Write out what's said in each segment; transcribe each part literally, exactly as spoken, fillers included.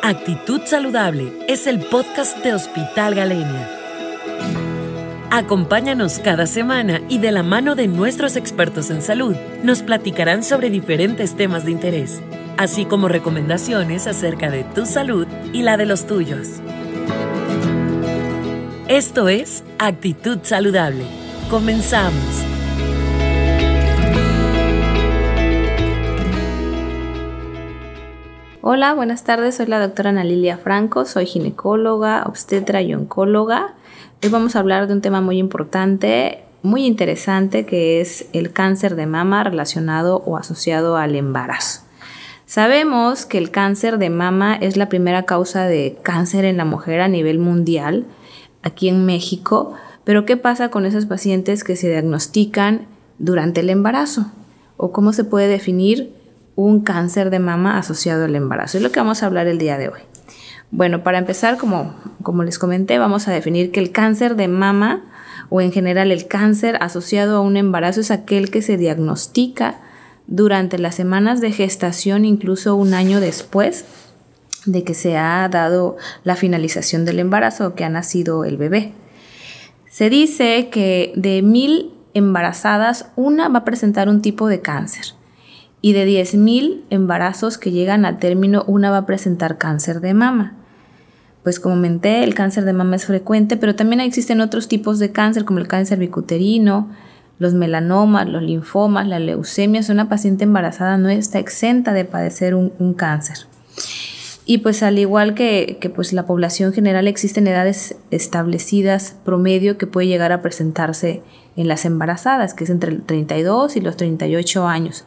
Actitud Saludable es el podcast de Hospital Galenia. Acompáñanos cada semana y de la mano de nuestros expertos en salud nos platicarán sobre diferentes temas de interés, así como recomendaciones acerca de tu salud y la de los tuyos. Esto es Actitud Saludable. Comenzamos. Hola, buenas tardes. Soy la doctora Ana Lilia Franco. Soy ginecóloga, obstetra y oncóloga. Hoy vamos a hablar de un tema muy importante, muy interesante, que es el cáncer de mama relacionado o asociado al embarazo. Sabemos que el cáncer de mama es la primera causa de cáncer en la mujer a nivel mundial, aquí en México, pero ¿qué pasa con esos pacientes que se diagnostican durante el embarazo? ¿O cómo se puede definir un cáncer de mama asociado al embarazo? Es lo que vamos a hablar el día de hoy. Bueno, para empezar, como, como les comenté, vamos a definir que el cáncer de mama, o en general el cáncer asociado a un embarazo, es aquel que se diagnostica durante las semanas de gestación, incluso un año después de que se ha dado la finalización del embarazo o que ha nacido el bebé. Se dice que de mil embarazadas, una va a presentar un tipo de cáncer. Y de diez mil embarazos que llegan a término, una va a presentar cáncer de mama. Pues como comenté, el cáncer de mama es frecuente, pero también existen otros tipos de cáncer, como el cáncer bicuterino, los melanomas, los linfomas, la leucemia. Si una paciente embarazada no está exenta de padecer un, un cáncer. Y pues al igual que, que pues la población general, existen edades establecidas promedio que puede llegar a presentarse en las embarazadas, que es entre el treinta y dos y los treinta y ocho años.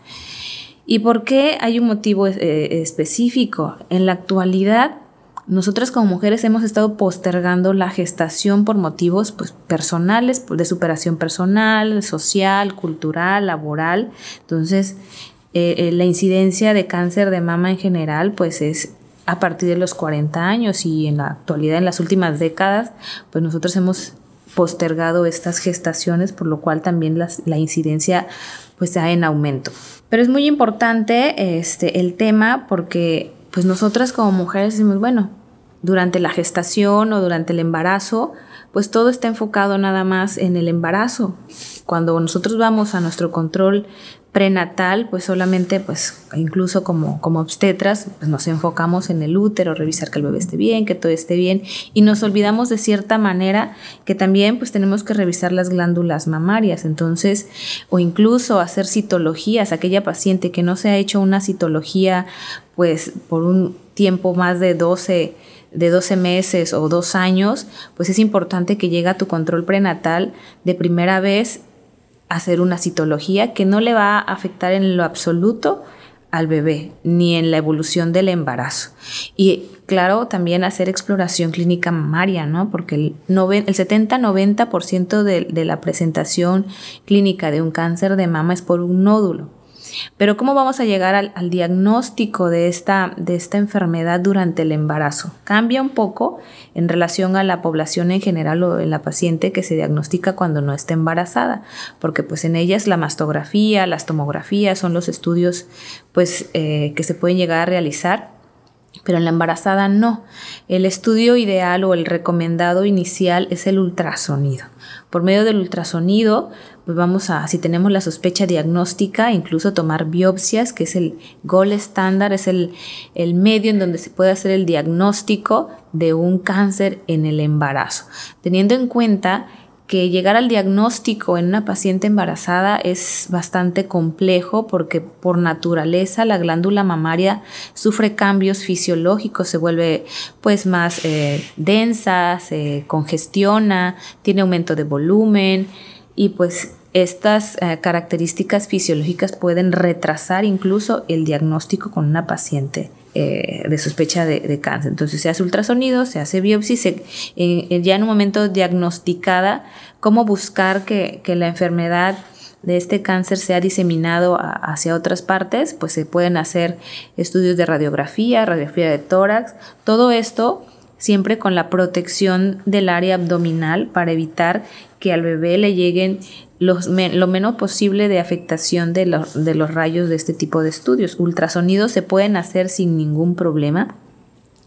¿Y por qué hay un motivo eh, específico? En la actualidad, nosotras como mujeres hemos estado postergando la gestación por motivos pues, personales, de superación personal, social, cultural, laboral. Entonces, eh, eh, la incidencia de cáncer de mama en general pues es a partir de los cuarenta años, y en la actualidad, en las últimas décadas, pues nosotros hemos postergado estas gestaciones, por lo cual también las, la incidencia pues está en aumento. Pero es muy importante este, el tema, porque pues nosotras como mujeres decimos, bueno, durante la gestación o durante el embarazo, pues todo está enfocado nada más en el embarazo. Cuando nosotros vamos a nuestro control prenatal, pues solamente, pues incluso como, como obstetras, pues nos enfocamos en el útero, revisar que el bebé esté bien, que todo esté bien, y nos olvidamos de cierta manera que también pues tenemos que revisar las glándulas mamarias. Entonces, o incluso hacer citologías. Aquella paciente que no se ha hecho una citología pues por un tiempo más de doce de doce meses o dos años, pues es importante que llegue a tu control prenatal de primera vez a hacer una citología que no le va a afectar en lo absoluto al bebé, ni en la evolución del embarazo. Y claro, también hacer exploración clínica mamaria, ¿no? Porque el, el setenta a noventa por ciento de, de la presentación clínica de un cáncer de mama es por un nódulo. Pero ¿cómo vamos a llegar al, al diagnóstico de esta, de esta enfermedad durante el embarazo? Cambia un poco en relación a la población en general o en la paciente que se diagnostica cuando no está embarazada, porque pues en ellas la mastografía, las tomografías son los estudios pues, eh, que se pueden llegar a realizar. Pero en la embarazada no. El estudio ideal o el recomendado inicial es el ultrasonido. Por medio del ultrasonido, pues vamos a, si tenemos la sospecha diagnóstica, incluso tomar biopsias, que es el gold estándar, es el, el medio en donde se puede hacer el diagnóstico de un cáncer en el embarazo. Teniendo en cuenta que llegar al diagnóstico en una paciente embarazada es bastante complejo, porque por naturaleza la glándula mamaria sufre cambios fisiológicos, se vuelve pues más eh, densa, se congestiona, tiene aumento de volumen, y pues estas eh, características fisiológicas pueden retrasar incluso el diagnóstico con una paciente Eh, de sospecha de, de cáncer. Entonces se hace ultrasonido, se hace biopsia, se, eh, ya en un momento diagnosticada, cómo buscar que, que la enfermedad de este cáncer sea diseminado a, hacia otras partes. Pues se pueden hacer estudios de radiografía, radiografía de tórax, todo esto siempre con la protección del área abdominal para evitar que al bebé le lleguen los, lo menos posible de afectación de los, de los rayos de este tipo de estudios. Ultrasonidos se pueden hacer sin ningún problema.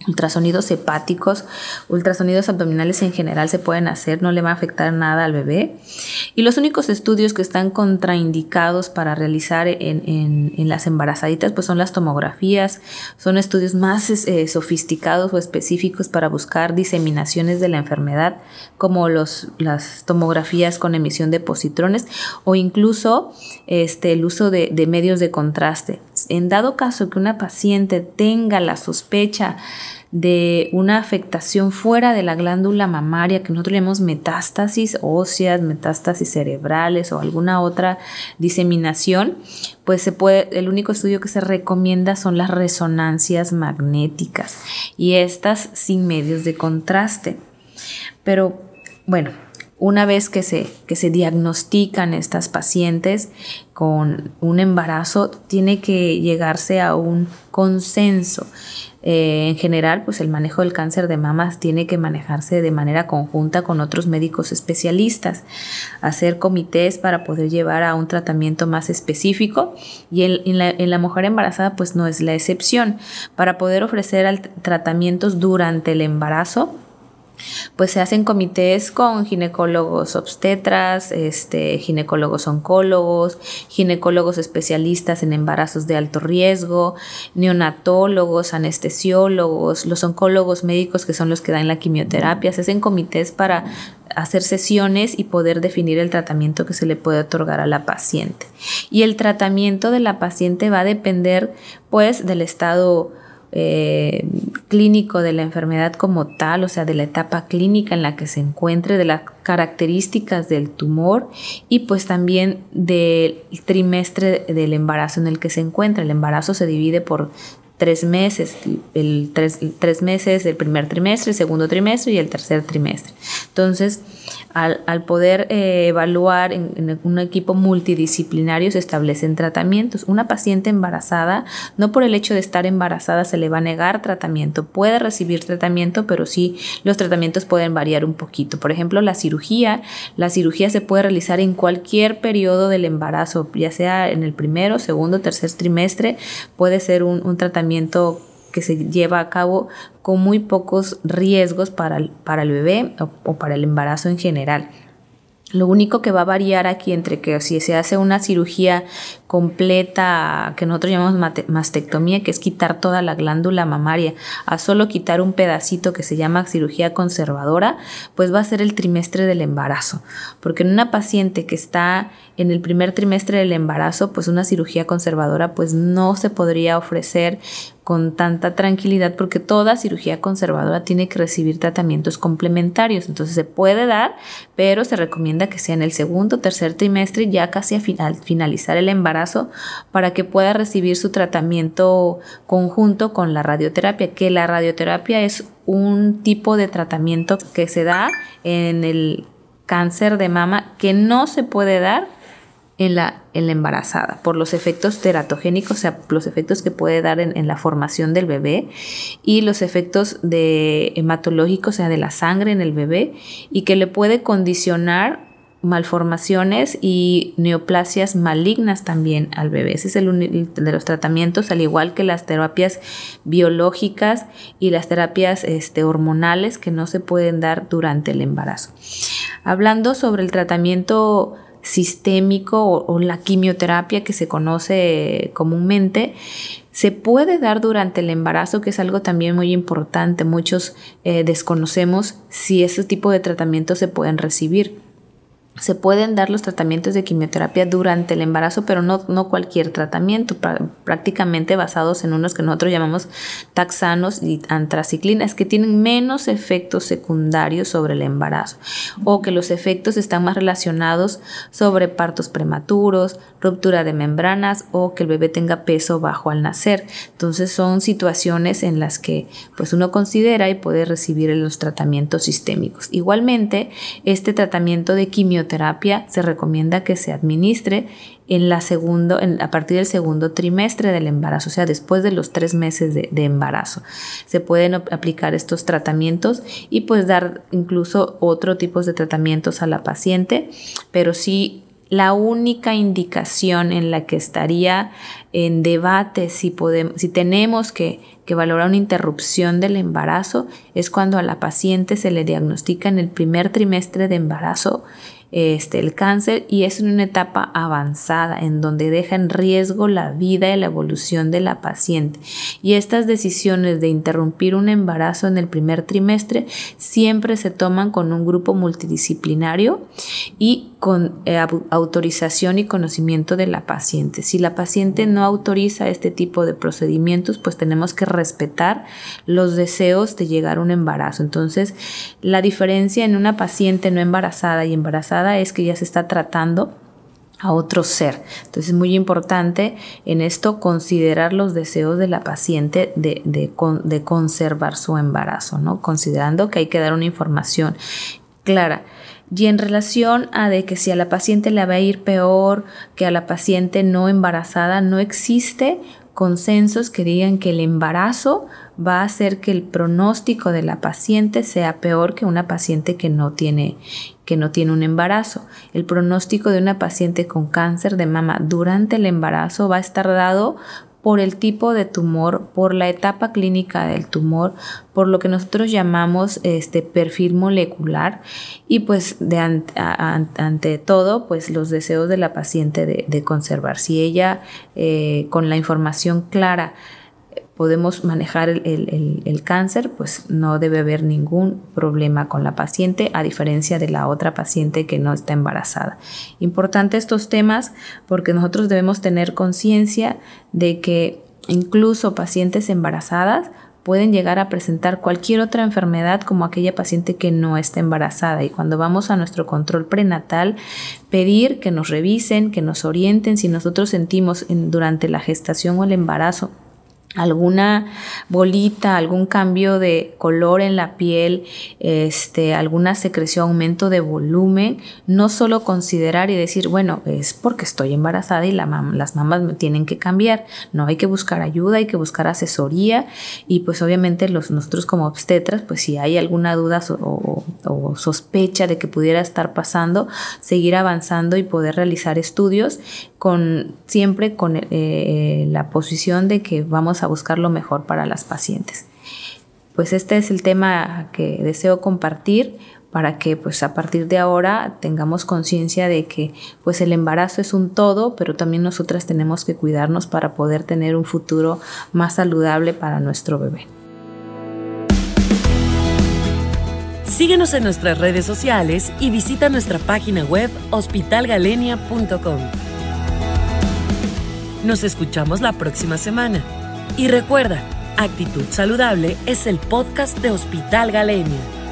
ultrasonidos hepáticos, ultrasonidos abdominales en general se pueden hacer, no le va a afectar nada al bebé. Y los únicos estudios que están contraindicados para realizar en, en, en las embarazaditas pues son las tomografías, son estudios más eh, sofisticados o específicos para buscar diseminaciones de la enfermedad, como los, las tomografías con emisión de positrones o incluso este, el uso de, de medios de contraste. En dado caso que una paciente tenga la sospecha de una afectación fuera de la glándula mamaria, que nosotros llamamos metástasis óseas, metástasis cerebrales o alguna otra diseminación, pues se puede, el único estudio que se recomienda son las resonancias magnéticas y estas sin medios de contraste. Pero bueno, una vez que se, que se diagnostican estas pacientes con un embarazo, tiene que llegarse a un consenso. Eh, en general, pues el manejo del cáncer de mama tiene que manejarse de manera conjunta con otros médicos especialistas, hacer comités para poder llevar a un tratamiento más específico y en, en, la, en la mujer embarazada pues no es la excepción. Para poder ofrecer tratamientos durante el embarazo, pues se hacen comités con ginecólogos obstetras, este, ginecólogos oncólogos, ginecólogos especialistas en embarazos de alto riesgo, neonatólogos, anestesiólogos, los oncólogos médicos que son los que dan la quimioterapia. Se hacen comités para hacer sesiones y poder definir el tratamiento que se le puede otorgar a la paciente. Y el tratamiento de la paciente va a depender pues del estado Eh, clínico de la enfermedad como tal, o sea, de la etapa clínica en la que se encuentre, de las características del tumor y pues también del trimestre del embarazo en el que se encuentra. El embarazo se divide por tres meses, el tres, tres meses, el primer trimestre, el segundo trimestre y el tercer trimestre. Entonces, al, al poder eh, evaluar en, en un equipo multidisciplinario se establecen tratamientos. Una paciente embarazada, no por el hecho de estar embarazada se le va a negar tratamiento, puede recibir tratamiento, pero sí los tratamientos pueden variar un poquito. Por ejemplo, la cirugía, la cirugía se puede realizar en cualquier periodo del embarazo, ya sea en el primero, segundo, tercer trimestre, puede ser un, un tratamiento que se lleva a cabo con muy pocos riesgos para el, para el bebé o, o para el embarazo en general. Lo único que va a variar aquí entre que si se hace una cirugía completa, que nosotros llamamos mastectomía, que es quitar toda la glándula mamaria, a solo quitar un pedacito que se llama cirugía conservadora, pues va a ser el trimestre del embarazo. Porque en una paciente que está en el primer trimestre del embarazo, pues una cirugía conservadora pues no se podría ofrecer con tanta tranquilidad porque toda cirugía conservadora tiene que recibir tratamientos complementarios. Entonces se puede dar, pero se recomienda que sea en el segundo o tercer trimestre, ya casi a final, finalizar el embarazo, para que pueda recibir su tratamiento conjunto con la radioterapia, que la radioterapia es un tipo de tratamiento que se da en el cáncer de mama que no se puede dar en la, en la embarazada por los efectos teratogénicos, o sea, los efectos que puede dar en, en la formación del bebé y los efectos de hematológicos, o sea, de la sangre en el bebé y que le puede condicionar malformaciones y neoplasias malignas también al bebé. Ese es el de los tratamientos, al igual que las terapias biológicas y las terapias este, hormonales que no se pueden dar durante el embarazo. Hablando sobre el tratamiento sistémico o, o la quimioterapia que se conoce comúnmente, se puede dar durante el embarazo, que es algo también muy importante. Muchos eh, desconocemos si ese tipo de tratamientos se pueden recibir. Se pueden dar los tratamientos de quimioterapia durante el embarazo, pero no, no cualquier tratamiento, prácticamente basados en unos que nosotros llamamos taxanos y antraciclinas, que tienen menos efectos secundarios sobre el embarazo, o que los efectos están más relacionados sobre partos prematuros, ruptura de membranas o que el bebé tenga peso bajo al nacer. Entonces son situaciones en las que pues, uno considera y puede recibir los tratamientos sistémicos. Igualmente, este tratamiento de quimioterapia terapia se recomienda que se administre en la segundo, en, a partir del segundo trimestre del embarazo, o sea, después de los tres meses de, de embarazo. Se pueden aplicar estos tratamientos y pues dar incluso otro tipo de tratamientos a la paciente, pero sí la única indicación en la que estaría en debate si, podemos, si tenemos que, que valorar una interrupción del embarazo es cuando a la paciente se le diagnostica en el primer trimestre de embarazo Este, el cáncer, y es en una etapa avanzada en donde deja en riesgo la vida y la evolución de la paciente. Y estas decisiones de interrumpir un embarazo en el primer trimestre siempre se toman con un grupo multidisciplinario y con eh, autorización y conocimiento de la paciente. Si la paciente no autoriza este tipo de procedimientos, pues tenemos que respetar los deseos de llegar a un embarazo. Entonces, la diferencia en una paciente no embarazada y embarazada es que ya se está tratando a otro ser. Entonces es muy importante en esto considerar los deseos de la paciente de, de, de conservar su embarazo, ¿no? Considerando que hay que dar una información clara. Y en relación a de que si a la paciente le va a ir peor que a la paciente no embarazada, no existe consensos que digan que el embarazo va a hacer que el pronóstico de la paciente sea peor que una paciente que no tiene, que no tiene un embarazo. El pronóstico de una paciente con cáncer de mama durante el embarazo va a estar dado por el tipo de tumor, por la etapa clínica del tumor, por lo que nosotros llamamos este perfil molecular y pues de ante, a, ante todo pues los deseos de la paciente de, de conservar. Si ella eh, con la información clara podemos manejar el, el, el cáncer, pues no debe haber ningún problema con la paciente, a diferencia de la otra paciente que no está embarazada. Importante estos temas porque nosotros debemos tener conciencia de que incluso pacientes embarazadas pueden llegar a presentar cualquier otra enfermedad como aquella paciente que no está embarazada, y cuando vamos a nuestro control prenatal, pedir que nos revisen, que nos orienten si nosotros sentimos en, durante la gestación o el embarazo alguna bolita, algún cambio de color en la piel, este, alguna secreción, aumento de volumen, no solo considerar y decir, bueno, es porque estoy embarazada y la mam- las mamás me tienen que cambiar. No, hay que buscar ayuda, hay que buscar asesoría, y pues obviamente los, nosotros como obstetras, pues si hay alguna duda o, o, o sospecha de que pudiera estar pasando, seguir avanzando y poder realizar estudios con siempre con eh, la posición de que vamos a buscar lo mejor para las pacientes. Pues este es el tema que deseo compartir para que pues a partir de ahora tengamos conciencia de que pues el embarazo es un todo, pero también nosotras tenemos que cuidarnos para poder tener un futuro más saludable para nuestro bebé. Síguenos en nuestras redes sociales y visita nuestra página web hospital galenia punto com. Nos escuchamos la próxima semana. Y recuerda, Actitud Saludable es el podcast de Hospital Galenia.